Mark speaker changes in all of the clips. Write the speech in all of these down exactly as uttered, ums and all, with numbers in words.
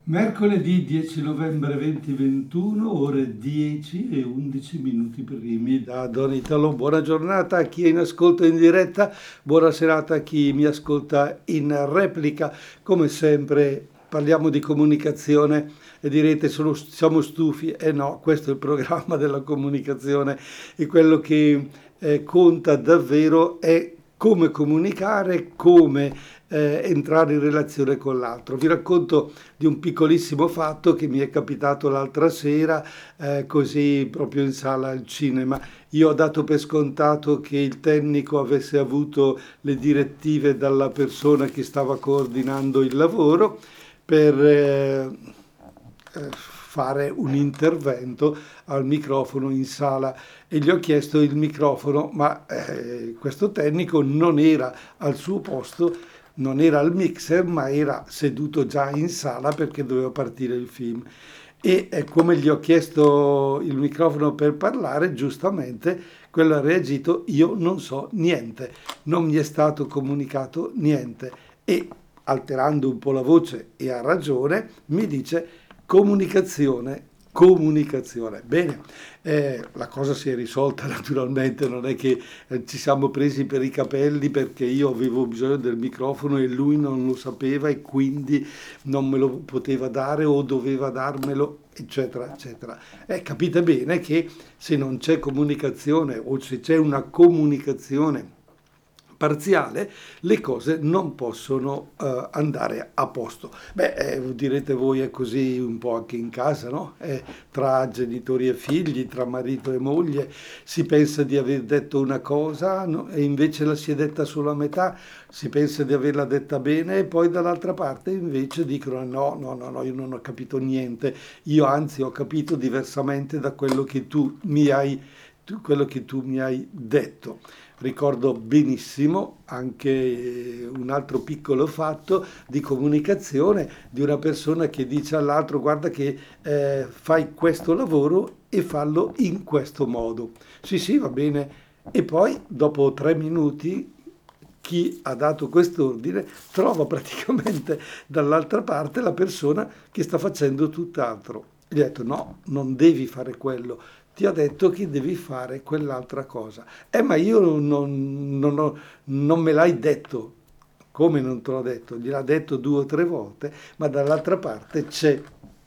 Speaker 1: Mercoledì dieci novembre duemilaventuno, ore dieci e undici minuti primi da Don Italo. Buona giornata a chi è in ascolto in diretta, buona serata a chi mi ascolta in replica. Come sempre parliamo di comunicazione e direte sono, siamo stufi. E no, questo è il programma della comunicazione e quello che eh, conta davvero è come comunicare, come eh, entrare in relazione con l'altro. Vi racconto di un piccolissimo fatto che mi è capitato l'altra sera, eh, così proprio in sala al cinema. Io ho dato per scontato che il tecnico avesse avuto le direttive dalla persona che stava coordinando il lavoro per eh, eh, fare un intervento al microfono in sala e gli ho chiesto il microfono, ma eh, questo tecnico non era al suo posto, non era al mixer, ma era seduto già in sala perché doveva partire il film. E eh, come gli ho chiesto il microfono per parlare, giustamente quello ha reagito: io non so niente, non mi è stato comunicato niente. E alterando un po' la voce, e ha ragione, mi dice comunicazione, comunicazione. Bene, eh, la cosa si è risolta naturalmente, non è che eh, ci siamo presi per i capelli perché io avevo bisogno del microfono e lui non lo sapeva e quindi non me lo poteva dare o doveva darmelo, eccetera, eccetera. Eh, capite bene che se non c'è comunicazione o se c'è una comunicazione parziale, le cose non possono eh, andare a posto. Beh, eh, direte voi è così un po' anche in casa, no? Eh, tra genitori e figli, tra marito e moglie, si pensa di aver detto una cosa, no? E invece la si è detta solo a metà, si pensa di averla detta bene e poi dall'altra parte invece dicono no, no, no, no, io non ho capito niente, io anzi ho capito diversamente da quello che tu mi hai, tu- quello che tu mi hai detto. Ricordo benissimo anche eh, un altro piccolo fatto di comunicazione di una persona che dice all'altro guarda che eh, fai questo lavoro e fallo in questo modo. Sì, sì, va bene. E poi dopo tre minuti chi ha dato quest'ordine trova praticamente dall'altra parte la persona che sta facendo tutt'altro. Gli ho detto no, non devi fare quello, ti ho detto che devi fare quell'altra cosa. Eh, ma io non, non ho- non me l'hai detto. Come non te l'ho detto? Gliel'ha detto due o tre volte, ma dall'altra parte c'è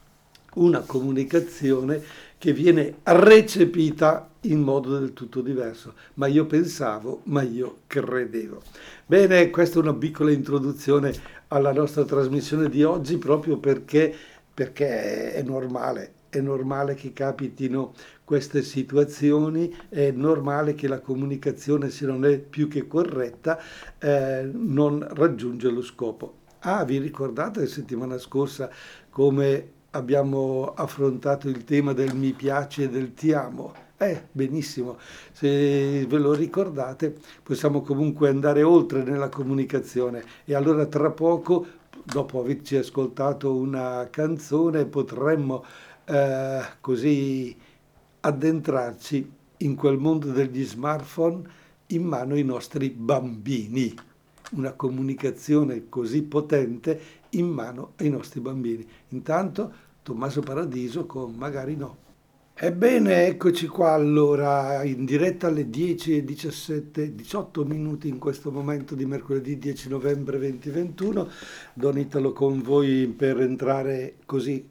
Speaker 1: una comunicazione che viene recepita in modo del tutto diverso. Ma io pensavo, ma io credevo. Bene, questa è una piccola introduzione alla nostra trasmissione di oggi, proprio perché, perché è normale. È normale che capitino queste situazioni, è normale che la comunicazione, se non è più che corretta, eh, non raggiunge lo scopo. Ah, vi ricordate la settimana scorsa come abbiamo affrontato il tema del mi piace e del ti amo? Eh, benissimo, se ve lo ricordate possiamo comunque andare oltre nella comunicazione e allora tra poco, dopo averci ascoltato una canzone, potremmo eh, così addentrarci in quel mondo degli smartphone in mano ai nostri bambini. Una comunicazione così potente in mano ai nostri bambini. Intanto Tommaso Paradiso con Magari no. Ebbene, eccoci qua allora, in diretta alle dieci e diciassette, diciotto minuti in questo momento di mercoledì dieci novembre duemilaventuno. Don Italo con voi per entrare così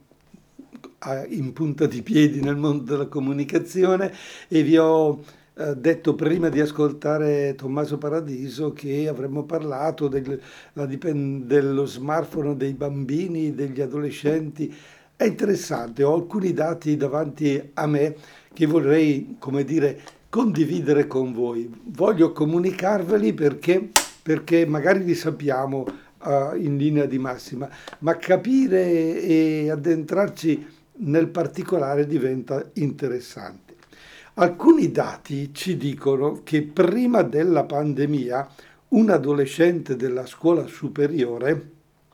Speaker 1: a- in punta di piedi nel mondo della comunicazione e vi ho eh, detto prima di ascoltare Tommaso Paradiso che avremmo parlato del- la dipen- dello smartphone dei bambini, degli adolescenti. È interessante, ho alcuni dati davanti a me che vorrei, come dire, condividere con voi. Voglio comunicarveli perché, perché magari li sappiamo eh, in linea di massima, ma capire e addentrarci nel particolare diventa interessante. Alcuni dati ci dicono che prima della pandemia un adolescente della scuola superiore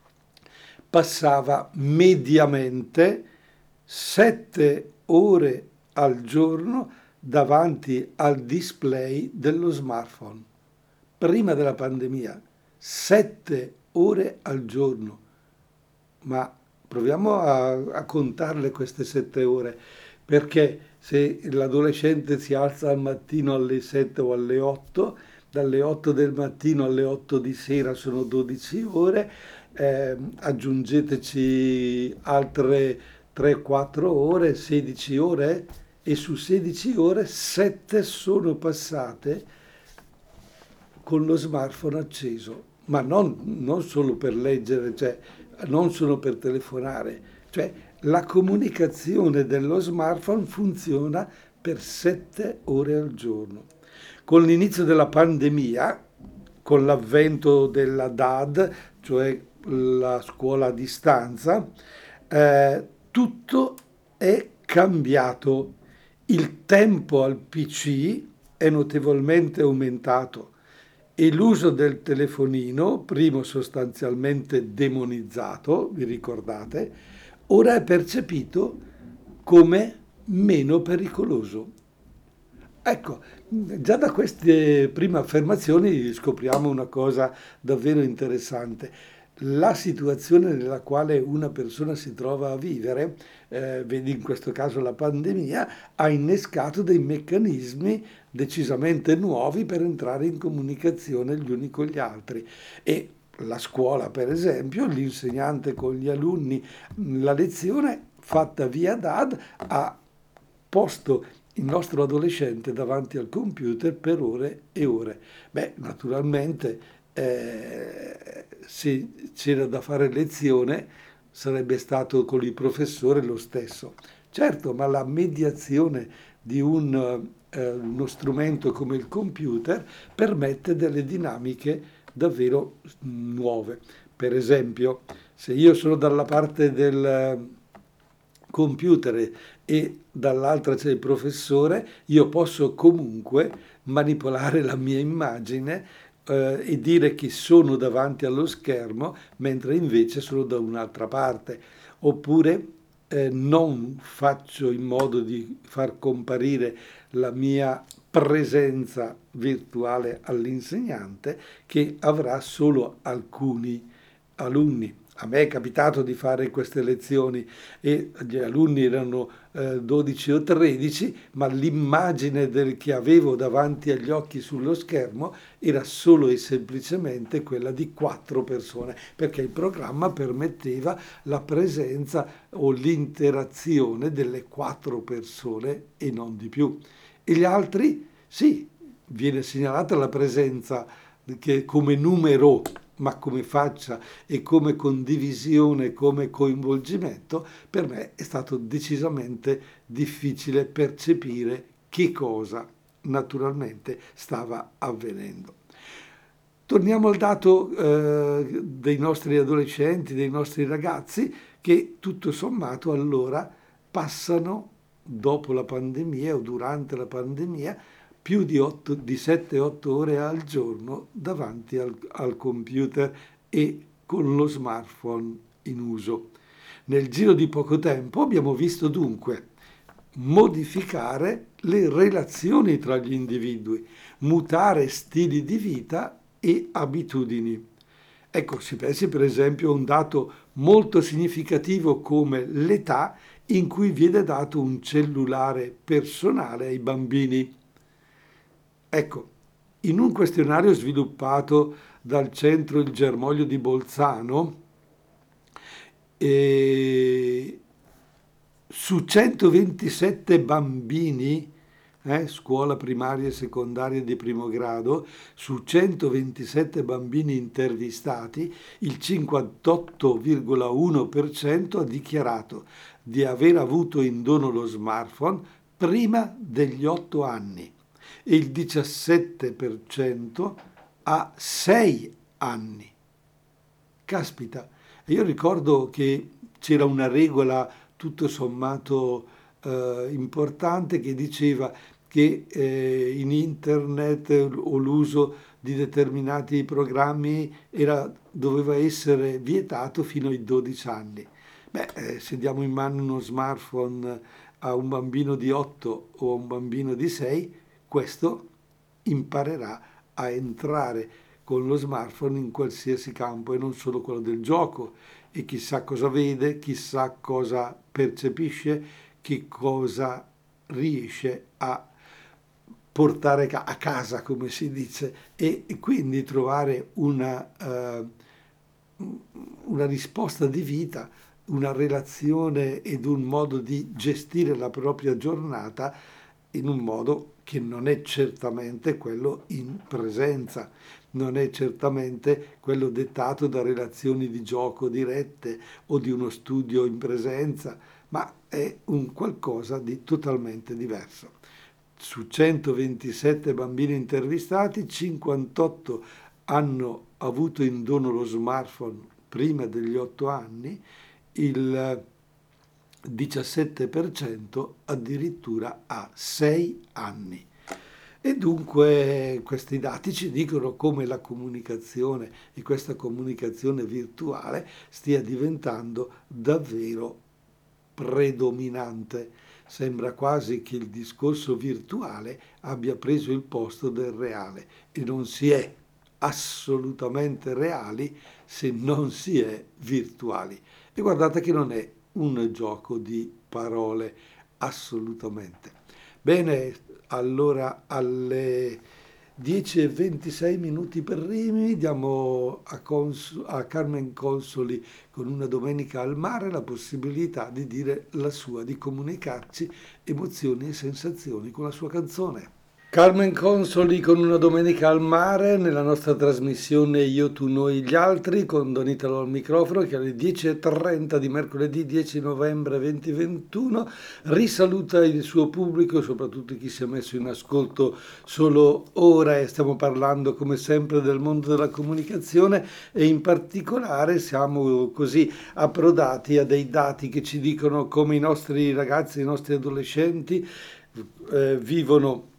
Speaker 1: passava mediamente sette ore al giorno davanti al display dello smartphone. Prima della pandemia, sette ore al giorno. Ma Proviamo a, a contarle queste sette ore, perché se l'adolescente si alza al mattino alle sette o alle otto, dalle otto del mattino alle otto di sera sono dodici ore, eh, aggiungeteci altre tre quattro ore, sedici ore, e su sedici ore sette sono passate con lo smartphone acceso, ma non, non solo per leggere, cioè non solo per telefonare, cioè la comunicazione dello smartphone funziona per sette ore al giorno. Con l'inizio della pandemia, con l'avvento della D A D, cioè la scuola a distanza, eh, tutto è cambiato. Il tempo al P C è notevolmente aumentato e l'uso del telefonino, prima sostanzialmente demonizzato, vi ricordate, ora è percepito come meno pericoloso. Ecco, già da queste prime affermazioni scopriamo una cosa davvero interessante. La situazione nella quale una persona si trova a vivere, eh, vedi in questo caso la pandemia, ha innescato dei meccanismi decisamente nuovi per entrare in comunicazione gli uni con gli altri. E la scuola, per esempio, l'insegnante con gli alunni, la lezione fatta via D A D ha posto il nostro adolescente davanti al computer per ore e ore. Beh, naturalmente, eh, se c'era da fare lezione, sarebbe stato con il professore lo stesso. Certo, ma la mediazione di un, eh, uno strumento come il computer permette delle dinamiche davvero nuove. Per esempio, se io sono dalla parte del computer e dall'altra c'è il professore, io posso comunque manipolare la mia immagine eh, e dire che sono davanti allo schermo, mentre invece sono da un'altra parte. Oppure eh, non faccio in modo di far comparire la mia presenza virtuale all'insegnante, che avrà solo alcuni alunni. A me è capitato di fare queste lezioni e gli alunni erano eh, dodici o tredici, ma l'immagine del, che avevo davanti agli occhi sullo schermo era solo e semplicemente quella di quattro persone, perché il programma permetteva la presenza o l'interazione delle quattro persone e non di più. E gli altri, sì, viene segnalata la presenza che come numero, ma come faccia e come condivisione, come coinvolgimento, per me è stato decisamente difficile percepire che cosa naturalmente stava avvenendo. Torniamo al dato eh, dei nostri adolescenti, dei nostri ragazzi, che tutto sommato allora passano, dopo la pandemia o durante la pandemia, più di, di sette otto ore al giorno davanti al, al computer e con lo smartphone in uso. Nel giro di poco tempo abbiamo visto dunque modificare le relazioni tra gli individui, mutare stili di vita e abitudini. Ecco, si pensi per esempio a un dato molto significativo come l'età in cui viene dato un cellulare personale ai bambini. Ecco, in un questionario sviluppato dal centro Il Germoglio di Bolzano, eh, su centoventisette bambini, eh, scuola primaria e secondaria di primo grado, su centoventisette bambini intervistati, il cinquantotto virgola uno per cento ha dichiarato di aver avuto in dono lo smartphone prima degli otto anni e il diciassette per cento ha sei anni. Caspita, e io ricordo che c'era una regola tutto sommato eh, importante che diceva che eh, in internet o l'uso di determinati programmi era, doveva essere vietato fino ai dodici anni. Beh, eh, se diamo in mano uno smartphone a un bambino di otto o a un bambino di sei, questo imparerà a entrare con lo smartphone in qualsiasi campo e non solo quello del gioco e chissà cosa vede, chissà cosa percepisce, che cosa riesce a portare a casa, come si dice, e quindi trovare una, uh, una risposta di vita, una relazione ed un modo di gestire la propria giornata in un modo che non è certamente quello in presenza, non è certamente quello dettato da relazioni di gioco dirette o di uno studio in presenza, ma è un qualcosa di totalmente diverso. Su centoventisette bambini intervistati, cinquantotto hanno avuto in dono lo smartphone prima degli otto anni, il diciassette per cento addirittura a sei anni. E dunque questi dati ci dicono come la comunicazione e questa comunicazione virtuale stia diventando davvero predominante. Sembra quasi che il discorso virtuale abbia preso il posto del reale e non si è assolutamente reali se non si è virtuali. E guardate che non è un gioco di parole, assolutamente. Bene, allora alle dieci e ventisei minuti per Rimini diamo a, Cons- a Carmen Consoli con Una domenica al mare la possibilità di dire la sua, di comunicarci emozioni e sensazioni con la sua canzone. Carmen Consoli con Una domenica al mare nella nostra trasmissione Io, tu, noi, gli altri con Don Italo al microfono che alle dieci e trenta di mercoledì dieci novembre duemilaventuno risaluta il suo pubblico, soprattutto chi si è messo in ascolto solo ora, e stiamo parlando come sempre del mondo della comunicazione e in particolare siamo così approdati a dei dati che ci dicono come i nostri ragazzi, i nostri adolescenti eh, vivono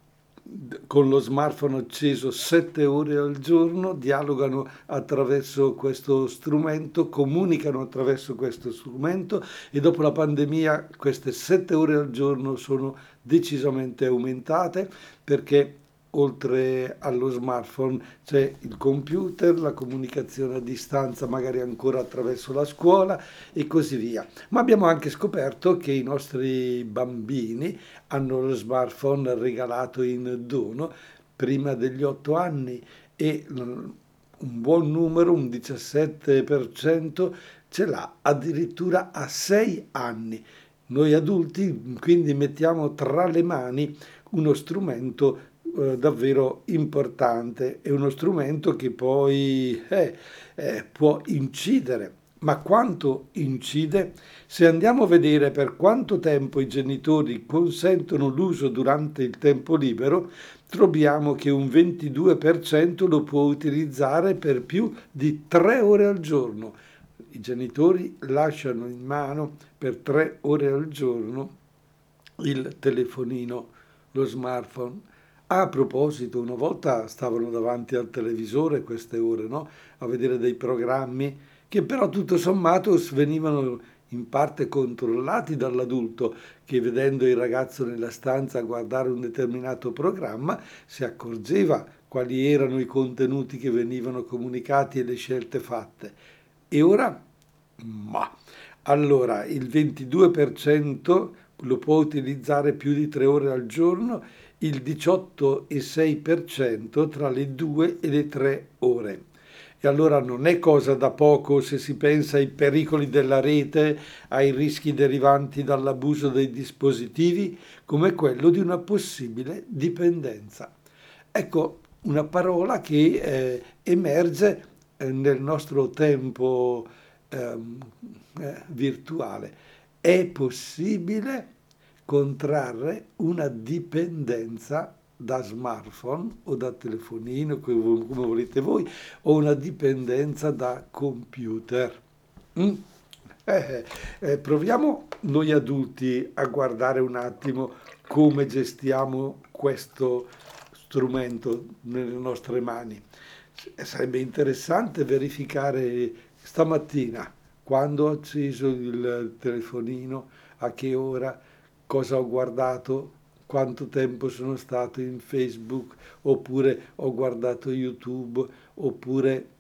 Speaker 1: con lo smartphone acceso sette ore al giorno, dialogano attraverso questo strumento, comunicano attraverso questo strumento e dopo la pandemia queste sette ore al giorno sono decisamente aumentate perché oltre allo smartphone c'è il computer, la comunicazione a distanza magari ancora attraverso la scuola e così via. Ma abbiamo anche scoperto che i nostri bambini hanno lo smartphone regalato in dono prima degli otto anni e un buon numero, un diciassette per cento, ce l'ha addirittura a sei anni. Noi adulti quindi mettiamo tra le mani uno strumento eh, davvero importante, è uno strumento che poi eh, eh, può incidere. Ma quanto incide? Se andiamo a vedere per quanto tempo i genitori consentono l'uso durante il tempo libero, troviamo che un ventidue per cento lo può utilizzare per più di tre ore al giorno. I genitori lasciano in mano per tre ore al giorno il telefonino, lo smartphone. A proposito, una volta stavano davanti al televisore queste ore, no? A vedere dei programmi che però tutto sommato venivano in parte controllati dall'adulto che vedendo il ragazzo nella stanza a guardare un determinato programma si accorgeva quali erano i contenuti che venivano comunicati e le scelte fatte. E ora? Ma allora il ventidue per cento lo può utilizzare più di tre ore al giorno, il diciotto virgola sei per cento tra le due e le tre ore. E allora non è cosa da poco se si pensa ai pericoli della rete, ai rischi derivanti dall'abuso dei dispositivi, come quello di una possibile dipendenza. Ecco una parola che eh, emerge eh, nel nostro tempo ehm, eh, virtuale. È possibile contrarre una dipendenza da smartphone o da telefonino, come volete voi, o una dipendenza da computer. Mm? Eh, eh, proviamo noi adulti a guardare un attimo come gestiamo questo strumento nelle nostre mani. Sarebbe interessante verificare stamattina, quando ho acceso il telefonino, a che ora, cosa ho guardato, quanto tempo sono stato in Facebook, oppure ho guardato YouTube, oppure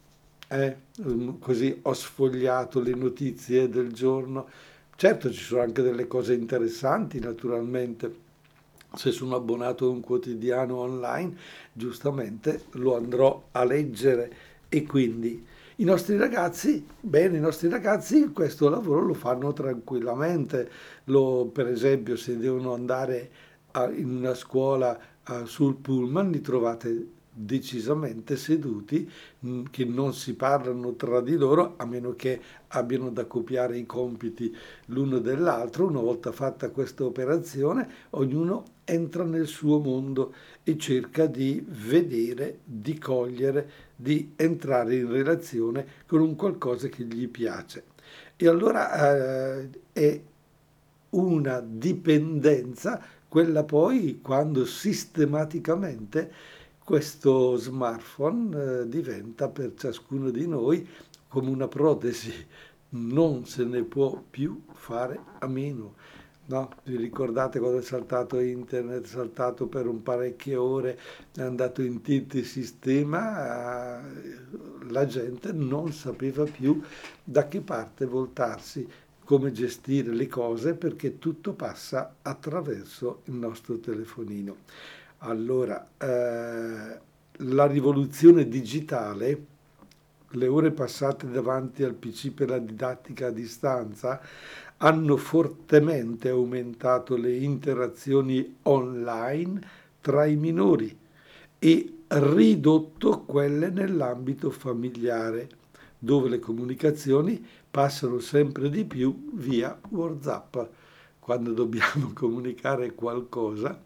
Speaker 1: Eh, mm, così ho sfogliato le notizie del giorno. Certo, ci sono anche delle cose interessanti, naturalmente. Se sono abbonato a un quotidiano online, giustamente lo andrò a leggere e quindi i nostri ragazzi, bene, i nostri ragazzi questo lavoro lo fanno tranquillamente. Lo- per esempio, se devono andare a- in una scuola a- sul pullman, li trovate decisamente seduti, mh, che non si parlano tra di loro, a meno che abbiano da copiare i compiti l'uno dell'altro. Una volta fatta questa operazione, ognuno entra nel suo mondo e cerca di vedere, di cogliere, di entrare in relazione con un qualcosa che gli piace. E allora eh, è una dipendenza, quella poi quando sistematicamente questo smartphone eh, diventa per ciascuno di noi come una protesi, non se ne può più fare a meno. No? Vi ricordate quando è saltato internet, è saltato per un parecchie ore, è andato in tilt il sistema, eh, la gente non sapeva più da che parte voltarsi, come gestire le cose, perché tutto passa attraverso il nostro telefonino. Allora, eh, la rivoluzione digitale, le ore passate davanti al P C per la didattica a distanza, hanno fortemente aumentato le interazioni online tra i minori e ridotto quelle nell'ambito familiare, dove le comunicazioni passano sempre di più via WhatsApp. Quando dobbiamo comunicare qualcosa,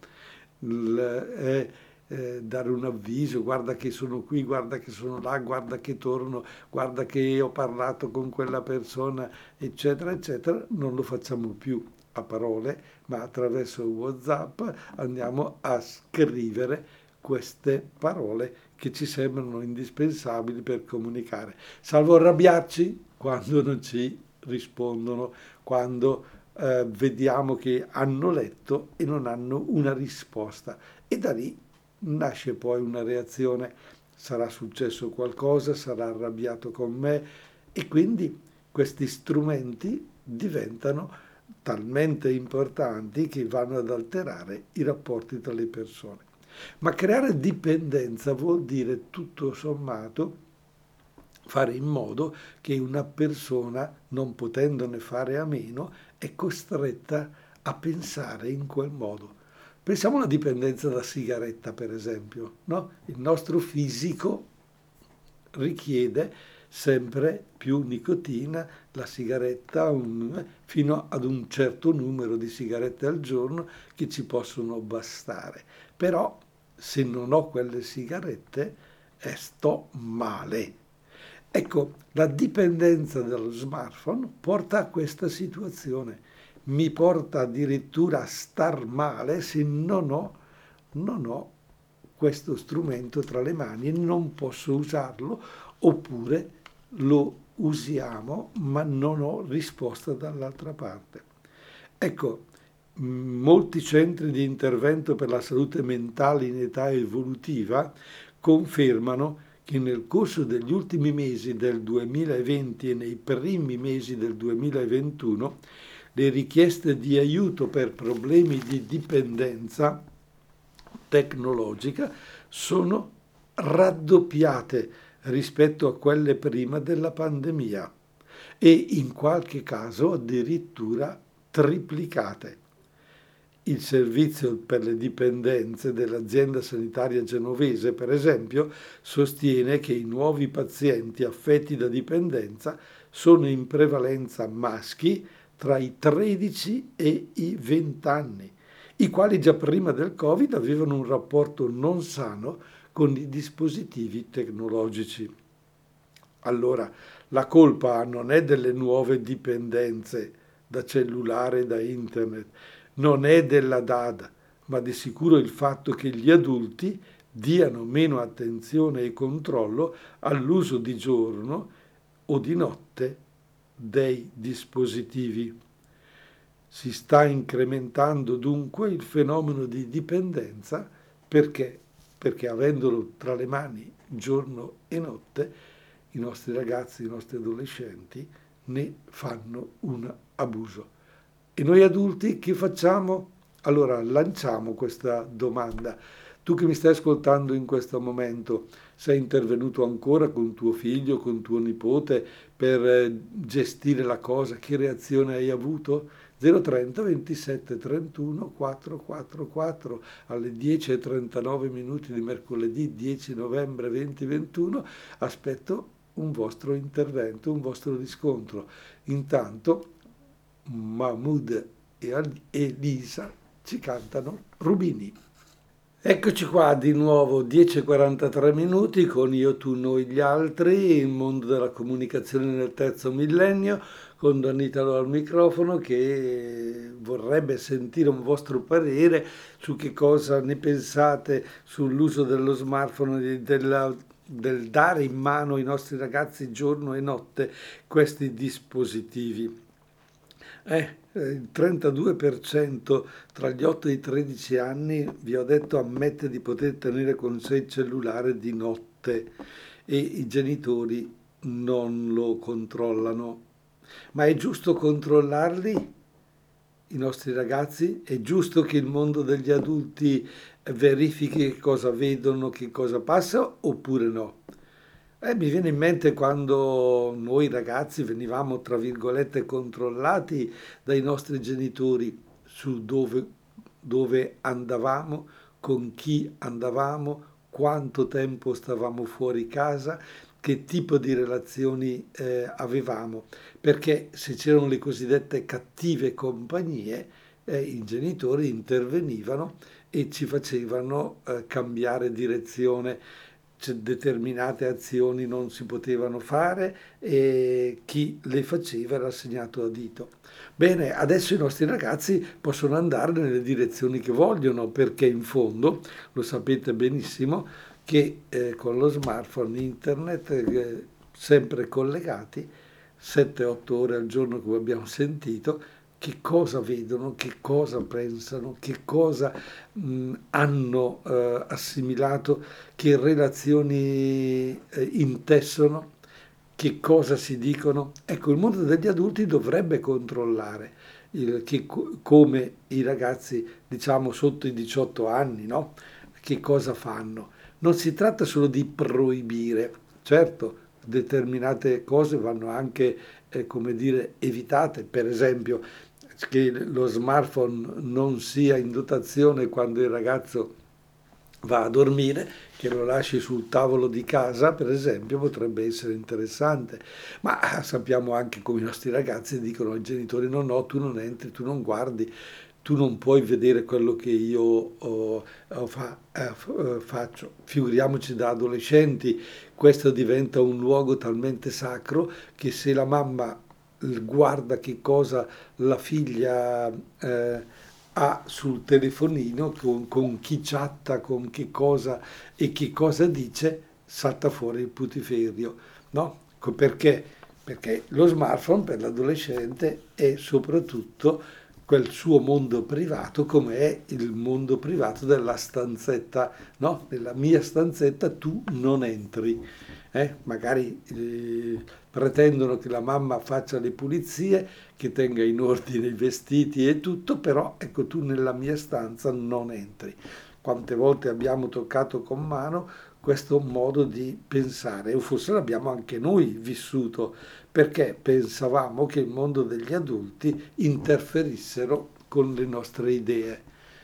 Speaker 1: l- eh, eh, dare un avviso, guarda che sono qui, guarda che sono là, guarda che torno, guarda che ho parlato con quella persona, eccetera, eccetera, non lo facciamo più a parole, ma attraverso WhatsApp andiamo a scrivere queste parole che ci sembrano indispensabili per comunicare, salvo arrabbiarci quando non ci rispondono, quando eh, vediamo che hanno letto e non hanno una risposta. E da lì nasce poi una reazione, sarà successo qualcosa, sarà arrabbiato con me e quindi questi strumenti diventano talmente importanti che vanno ad alterare i rapporti tra le persone. Ma creare dipendenza vuol dire tutto sommato fare in modo che una persona, non potendone fare a meno, è costretta a pensare in quel modo. Pensiamo alla dipendenza da sigaretta, per esempio, no? Il nostro fisico richiede sempre più nicotina, la sigaretta un- fino ad un certo numero di sigarette al giorno che ci possono bastare. Però se non ho quelle sigarette eh, sto male. Ecco, la dipendenza dallo smartphone porta a questa situazione, mi porta addirittura a star male se non ho, non ho questo strumento tra le mani e non posso usarlo, oppure lo usiamo ma non ho risposta dall'altra parte. Ecco, molti centri di intervento per la salute mentale in età evolutiva confermano che nel corso degli ultimi mesi del duemilaventi e nei primi mesi del duemilaventuno le richieste di aiuto per problemi di dipendenza tecnologica sono raddoppiate rispetto a quelle prima della pandemia e in qualche caso addirittura triplicate. Il servizio per le dipendenze dell'azienda sanitaria genovese, per esempio, sostiene che i nuovi pazienti affetti da dipendenza sono in prevalenza maschi tra i tredici e i venti anni, i quali già prima del Covid avevano un rapporto non sano con i dispositivi tecnologici. Allora, la colpa non è delle nuove dipendenze da cellulare e da internet, non è della D A D, ma di sicuro il fatto che gli adulti diano meno attenzione e controllo all'uso di giorno o di notte dei dispositivi. Si sta incrementando dunque il fenomeno di dipendenza perché? Perché avendolo tra le mani giorno e notte, i nostri ragazzi, i nostri adolescenti ne fanno un abuso. E noi adulti che facciamo? Allora lanciamo questa domanda. Tu che mi stai ascoltando in questo momento, sei intervenuto ancora con tuo figlio, con tuo nipote per eh, gestire la cosa? Che reazione hai avuto? zero trenta ventisette trentuno quattrocentoquarantaquattro alle dieci e trentanove minuti di mercoledì dieci novembre duemilaventuno. Aspetto un vostro intervento, un vostro riscontro. Intanto Mahmood e Elisa ci cantano Rubini. Eccoci qua di nuovo, dieci e quarantatré minuti con Io, tu, noi, gli altri, il mondo della comunicazione nel terzo millennio, con Don Italo al microfono che vorrebbe sentire un vostro parere su che cosa ne pensate sull'uso dello smartphone, della, del dare in mano ai nostri ragazzi giorno e notte questi dispositivi. Eh, il trentadue per cento tra gli otto e i tredici anni, vi ho detto, ammette di poter tenere con sé il cellulare di notte e i genitori non lo controllano. Ma è giusto controllarli, i nostri ragazzi? È giusto che il mondo degli adulti verifichi che cosa vedono, che cosa passa, oppure no? Eh, mi viene in mente quando noi ragazzi venivamo, tra virgolette, controllati dai nostri genitori su dove, dove andavamo, con chi andavamo, quanto tempo stavamo fuori casa, che tipo di relazioni eh, avevamo. Perché se c'erano le cosiddette cattive compagnie, eh, i genitori intervenivano e ci facevano eh, cambiare direzione. Cioè, determinate azioni non si potevano fare e chi le faceva era assegnato a dito. Bene, adesso i nostri ragazzi possono andare nelle direzioni che vogliono, perché in fondo, lo sapete benissimo, che eh, con lo smartphone, internet, eh, sempre collegati, sette otto ore al giorno come abbiamo sentito, che cosa vedono, che cosa pensano, che cosa mh, hanno eh, assimilato, che relazioni eh, intessono, che cosa si dicono. Ecco, il mondo degli adulti dovrebbe controllare il, che, come i ragazzi, diciamo, sotto i diciotto anni, no? Che cosa fanno. Non si tratta solo di proibire, certo, determinate cose vanno anche, eh, come dire, evitate, per esempio che lo smartphone non sia in dotazione quando il ragazzo va a dormire, che lo lasci sul tavolo di casa, per esempio, potrebbe essere interessante. Ma sappiamo anche come i nostri ragazzi dicono ai genitori: no, no, tu non entri, tu non guardi, tu non puoi vedere quello che io oh, oh, fa, eh, faccio. Figuriamoci da adolescenti, questo diventa un luogo talmente sacro che se la mamma guarda che cosa la figlia eh, ha sul telefonino, con, con chi chatta, con che cosa e che cosa dice, salta fuori il putiferio, no? Perché? Perché lo smartphone per l'adolescente è soprattutto quel suo mondo privato, come è il mondo privato della stanzetta, no? Nella mia stanzetta tu non entri. Eh? Magari eh, pretendono che la mamma faccia le pulizie, che tenga in ordine i vestiti e tutto, però ecco, tu nella mia stanza non entri. Quante volte abbiamo toccato con mano questo modo di pensare, o forse l'abbiamo anche noi vissuto, perché pensavamo che il mondo degli adulti interferissero con le nostre idee.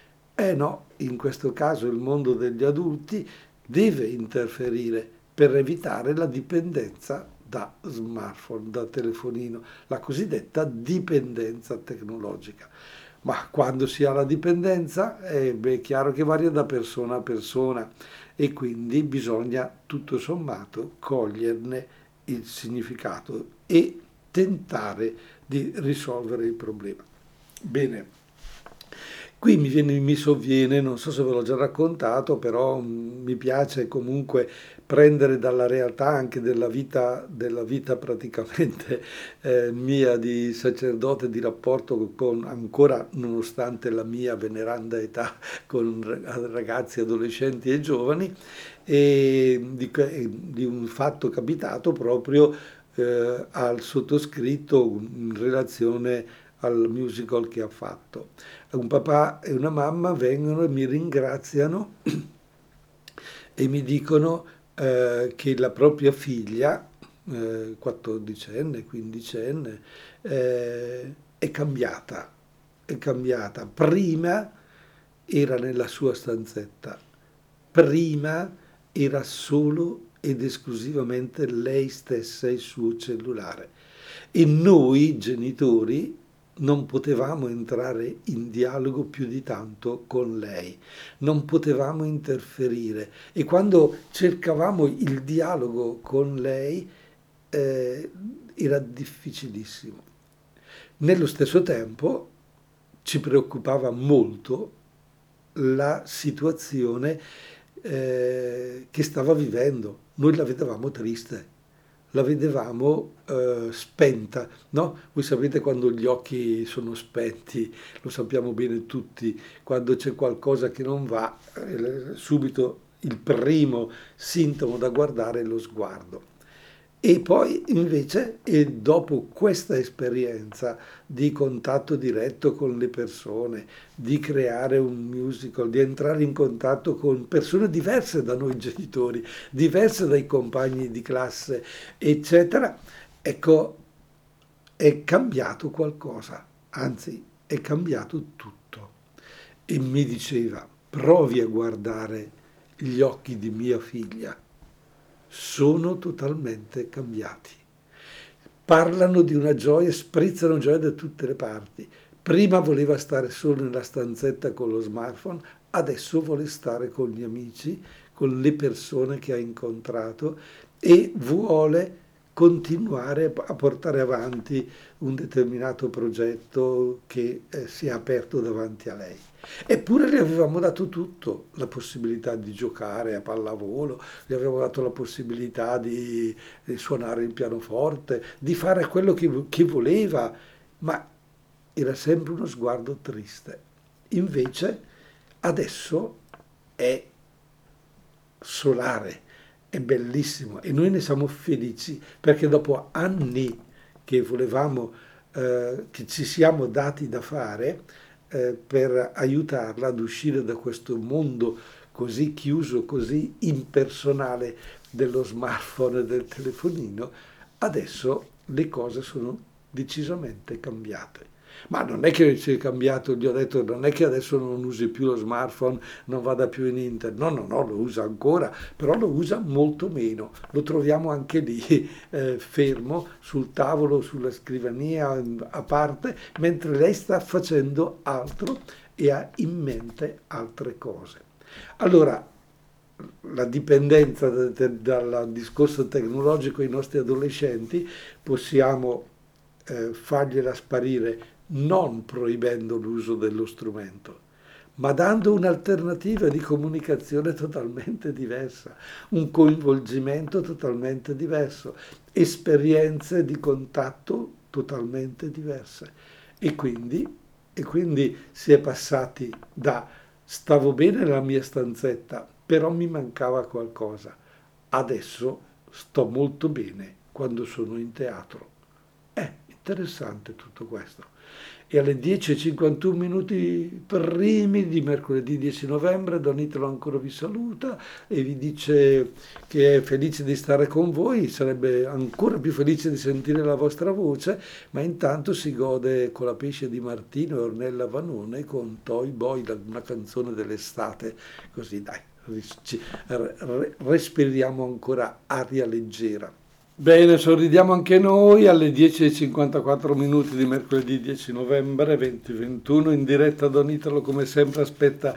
Speaker 1: Eh no, in questo caso il mondo degli adulti deve interferire per evitare la dipendenza da smartphone, da telefonino, la cosiddetta dipendenza tecnologica. Ma quando si ha la dipendenza, eh, beh, è chiaro che varia da persona a persona e quindi bisogna tutto sommato coglierne il significato e tentare di risolvere il problema. Bene, Qui mi viene, mi sovviene, non so se ve l'ho già raccontato, però mh, mi piace comunque prendere dalla realtà anche della vita, della vita praticamente eh, mia di sacerdote, di rapporto con, ancora nonostante la mia veneranda età, con ragazzi, adolescenti e giovani, e di, di un fatto capitato proprio eh, al sottoscritto in relazione al musical che ha fatto. Un papà e una mamma vengono e mi ringraziano e mi dicono eh, che la propria figlia, eh, quattordicenne, quindicenne, eh, è cambiata, è cambiata. Prima era nella sua stanzetta, prima era solo ed esclusivamente lei stessa e il suo cellulare. E noi genitori non potevamo entrare in dialogo più di tanto con lei, non potevamo interferire e quando cercavamo il dialogo con lei eh, era difficilissimo. Nello stesso tempo ci preoccupava molto la situazione eh, che stava vivendo. Noi la vedevamo triste, la vedevamo eh, spenta, no? Voi sapete quando gli occhi sono spenti, lo sappiamo bene tutti, quando c'è qualcosa che non va, eh, subito il primo sintomo da guardare è lo sguardo. E poi invece, e dopo questa esperienza di contatto diretto con le persone, di creare un musical, di entrare in contatto con persone diverse da noi genitori, diverse dai compagni di classe, eccetera, ecco, è cambiato qualcosa, anzi è cambiato tutto. E mi diceva, provi a guardare gli occhi di mia figlia, sono totalmente cambiati. Parlano di una gioia, sprizzano gioia da tutte le parti. Prima voleva stare solo nella stanzetta con lo smartphone, adesso vuole stare con gli amici, con le persone che ha incontrato e vuole continuare a portare avanti un determinato progetto che eh, si è aperto davanti a lei. Eppure le avevamo dato tutto, la possibilità di giocare a pallavolo, gli avevamo dato la possibilità di, di suonare il pianoforte, di fare quello che, che voleva, ma era sempre uno sguardo triste. Invece adesso è solare, è bellissimo e noi ne siamo felici perché dopo anni che volevamo, eh, che ci siamo dati da fare, Eh, per aiutarla ad uscire da questo mondo così chiuso, così impersonale dello smartphone e del telefonino, adesso le cose sono decisamente cambiate. Ma non è che sia cambiato, gli ho detto, non è che adesso non usi più lo smartphone, non vada più in internet, no, no, no, lo usa ancora, però lo usa molto meno, lo troviamo anche lì, eh, fermo, sul tavolo, sulla scrivania, a parte, mentre lei sta facendo altro e ha in mente altre cose. Allora, la dipendenza da, da, dal discorso tecnologico ai nostri adolescenti possiamo eh, fargliela sparire non proibendo l'uso dello strumento, ma dando un'alternativa di comunicazione totalmente diversa, un coinvolgimento totalmente diverso, esperienze di contatto totalmente diverse. E quindi, e quindi si è passati da stavo bene nella mia stanzetta, però mi mancava qualcosa. Adesso sto molto bene quando sono in teatro. È interessante tutto questo. E alle dieci e cinquantuno minuti primi di mercoledì dieci novembre Don Italo ancora vi saluta e vi dice che è felice di stare con voi, sarebbe ancora più felice di sentire la vostra voce, ma intanto si gode con la pesce di Martino e Ornella Vanone con Toy Boy, una canzone dell'estate, così dai, respiriamo ancora aria leggera. Bene, sorridiamo anche noi alle dieci e cinquantaquattro minuti di mercoledì dieci novembre duemilaventuno, in diretta Don Italo come sempre aspetta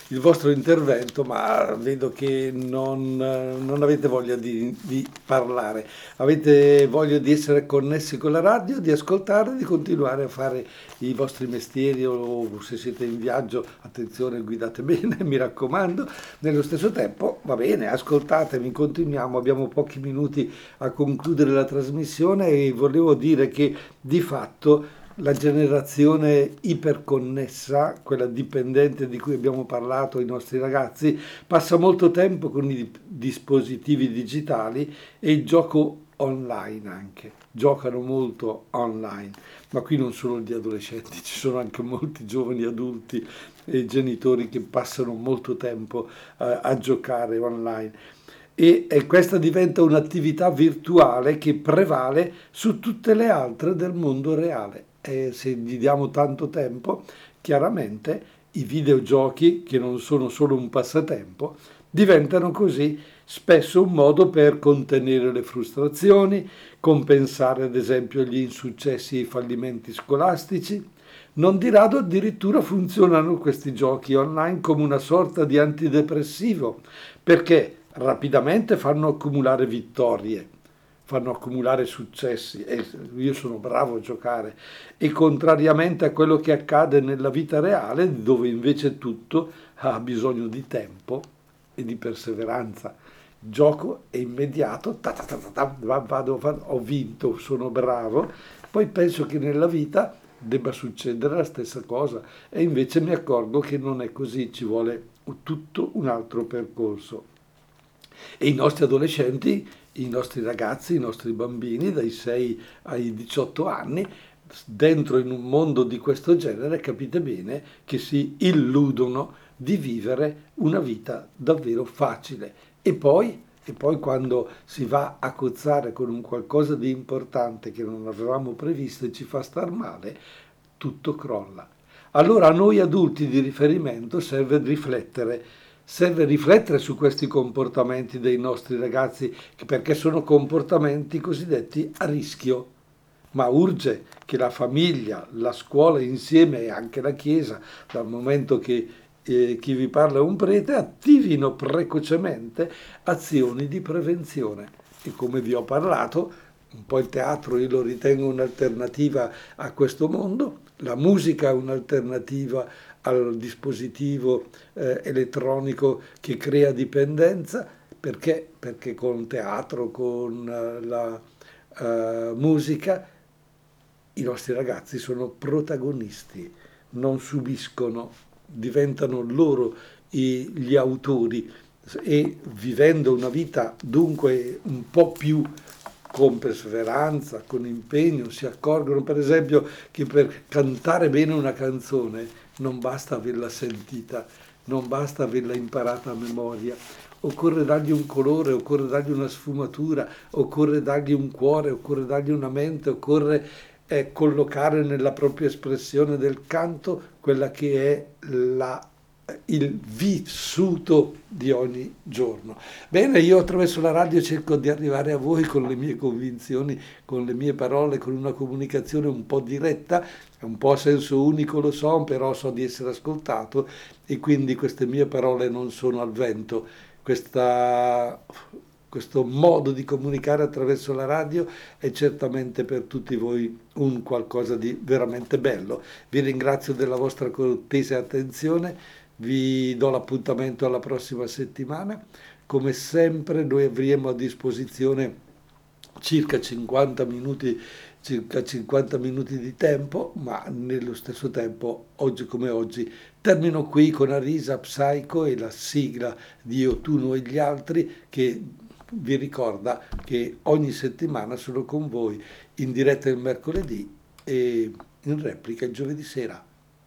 Speaker 1: il vostro intervento, ma vedo che non, non avete voglia di, di parlare, avete voglia di essere connessi con la radio, di ascoltare, di continuare a fare i vostri mestieri o se siete in viaggio, attenzione, guidate bene, mi raccomando. Nello stesso tempo, va bene, ascoltatemi, continuiamo, abbiamo pochi minuti a concludere la trasmissione e volevo dire che di fatto la generazione iperconnessa, quella dipendente di cui abbiamo parlato, i nostri ragazzi, passa molto tempo con i dispositivi digitali e il gioco online anche. Giocano molto online, ma qui non solo gli adolescenti, ci sono anche molti giovani adulti e genitori che passano molto tempo eh, a giocare online. E, e questa diventa un'attività virtuale che prevale su tutte le altre del mondo reale. E se gli diamo tanto tempo, chiaramente i videogiochi, che non sono solo un passatempo, diventano così spesso un modo per contenere le frustrazioni, compensare ad esempio gli insuccessi e i fallimenti scolastici. Non di rado addirittura funzionano questi giochi online come una sorta di antidepressivo, perché rapidamente fanno accumulare vittorie, fanno accumulare successi e io sono bravo a giocare e contrariamente a quello che accade nella vita reale dove invece tutto ha bisogno di tempo e di perseveranza. Il gioco è immediato, ta ta ta ta, vado, vado, ho vinto, sono bravo, poi penso che nella vita debba succedere la stessa cosa e invece mi accorgo che non è così, ci vuole tutto un altro percorso. E i nostri adolescenti, i nostri ragazzi, i nostri bambini dai sei ai diciotto anni, dentro in un mondo di questo genere, capite bene che si illudono di vivere una vita davvero facile. E poi, e poi quando si va a cozzare con un qualcosa di importante che non avevamo previsto e ci fa star male, tutto crolla. Allora a noi adulti di riferimento serve riflettere. Serve riflettere su questi comportamenti dei nostri ragazzi, perché sono comportamenti cosiddetti a rischio. Ma urge che la famiglia, la scuola insieme e anche la Chiesa, dal momento che eh, chi vi parla è un prete, attivino precocemente azioni di prevenzione. E come vi ho parlato, un po' il teatro io lo ritengo un'alternativa a questo mondo, la musica è un'alternativa al dispositivo eh, elettronico che crea dipendenza, perché? Perché con teatro, con eh, la eh, musica, i nostri ragazzi sono protagonisti, non subiscono, diventano loro i, gli autori e vivendo una vita dunque un po' più con perseveranza, con impegno, si accorgono per esempio che per cantare bene una canzone non basta averla sentita, non basta averla imparata a memoria, occorre dargli un colore, occorre dargli una sfumatura, occorre dargli un cuore, occorre dargli una mente, occorre eh, collocare nella propria espressione del canto quella che è la il vissuto di ogni giorno. Bene, io attraverso la radio cerco di arrivare a voi con le mie convinzioni, con le mie parole, con una comunicazione un po' diretta, un po' a senso unico lo so, però so di essere ascoltato e quindi queste mie parole non sono al vento. Questa, questo modo di comunicare attraverso la radio è certamente per tutti voi un qualcosa di veramente bello. Vi ringrazio della vostra cortese attenzione. Vi do l'appuntamento alla prossima settimana. Come sempre noi avremo a disposizione circa cinquanta minuti, circa cinquanta minuti di tempo, ma nello stesso tempo, oggi come oggi, termino qui con Arisa Psycho e la sigla di Io, Tu, Noi e gli altri che vi ricorda che ogni settimana sono con voi in diretta il mercoledì e in replica il giovedì sera.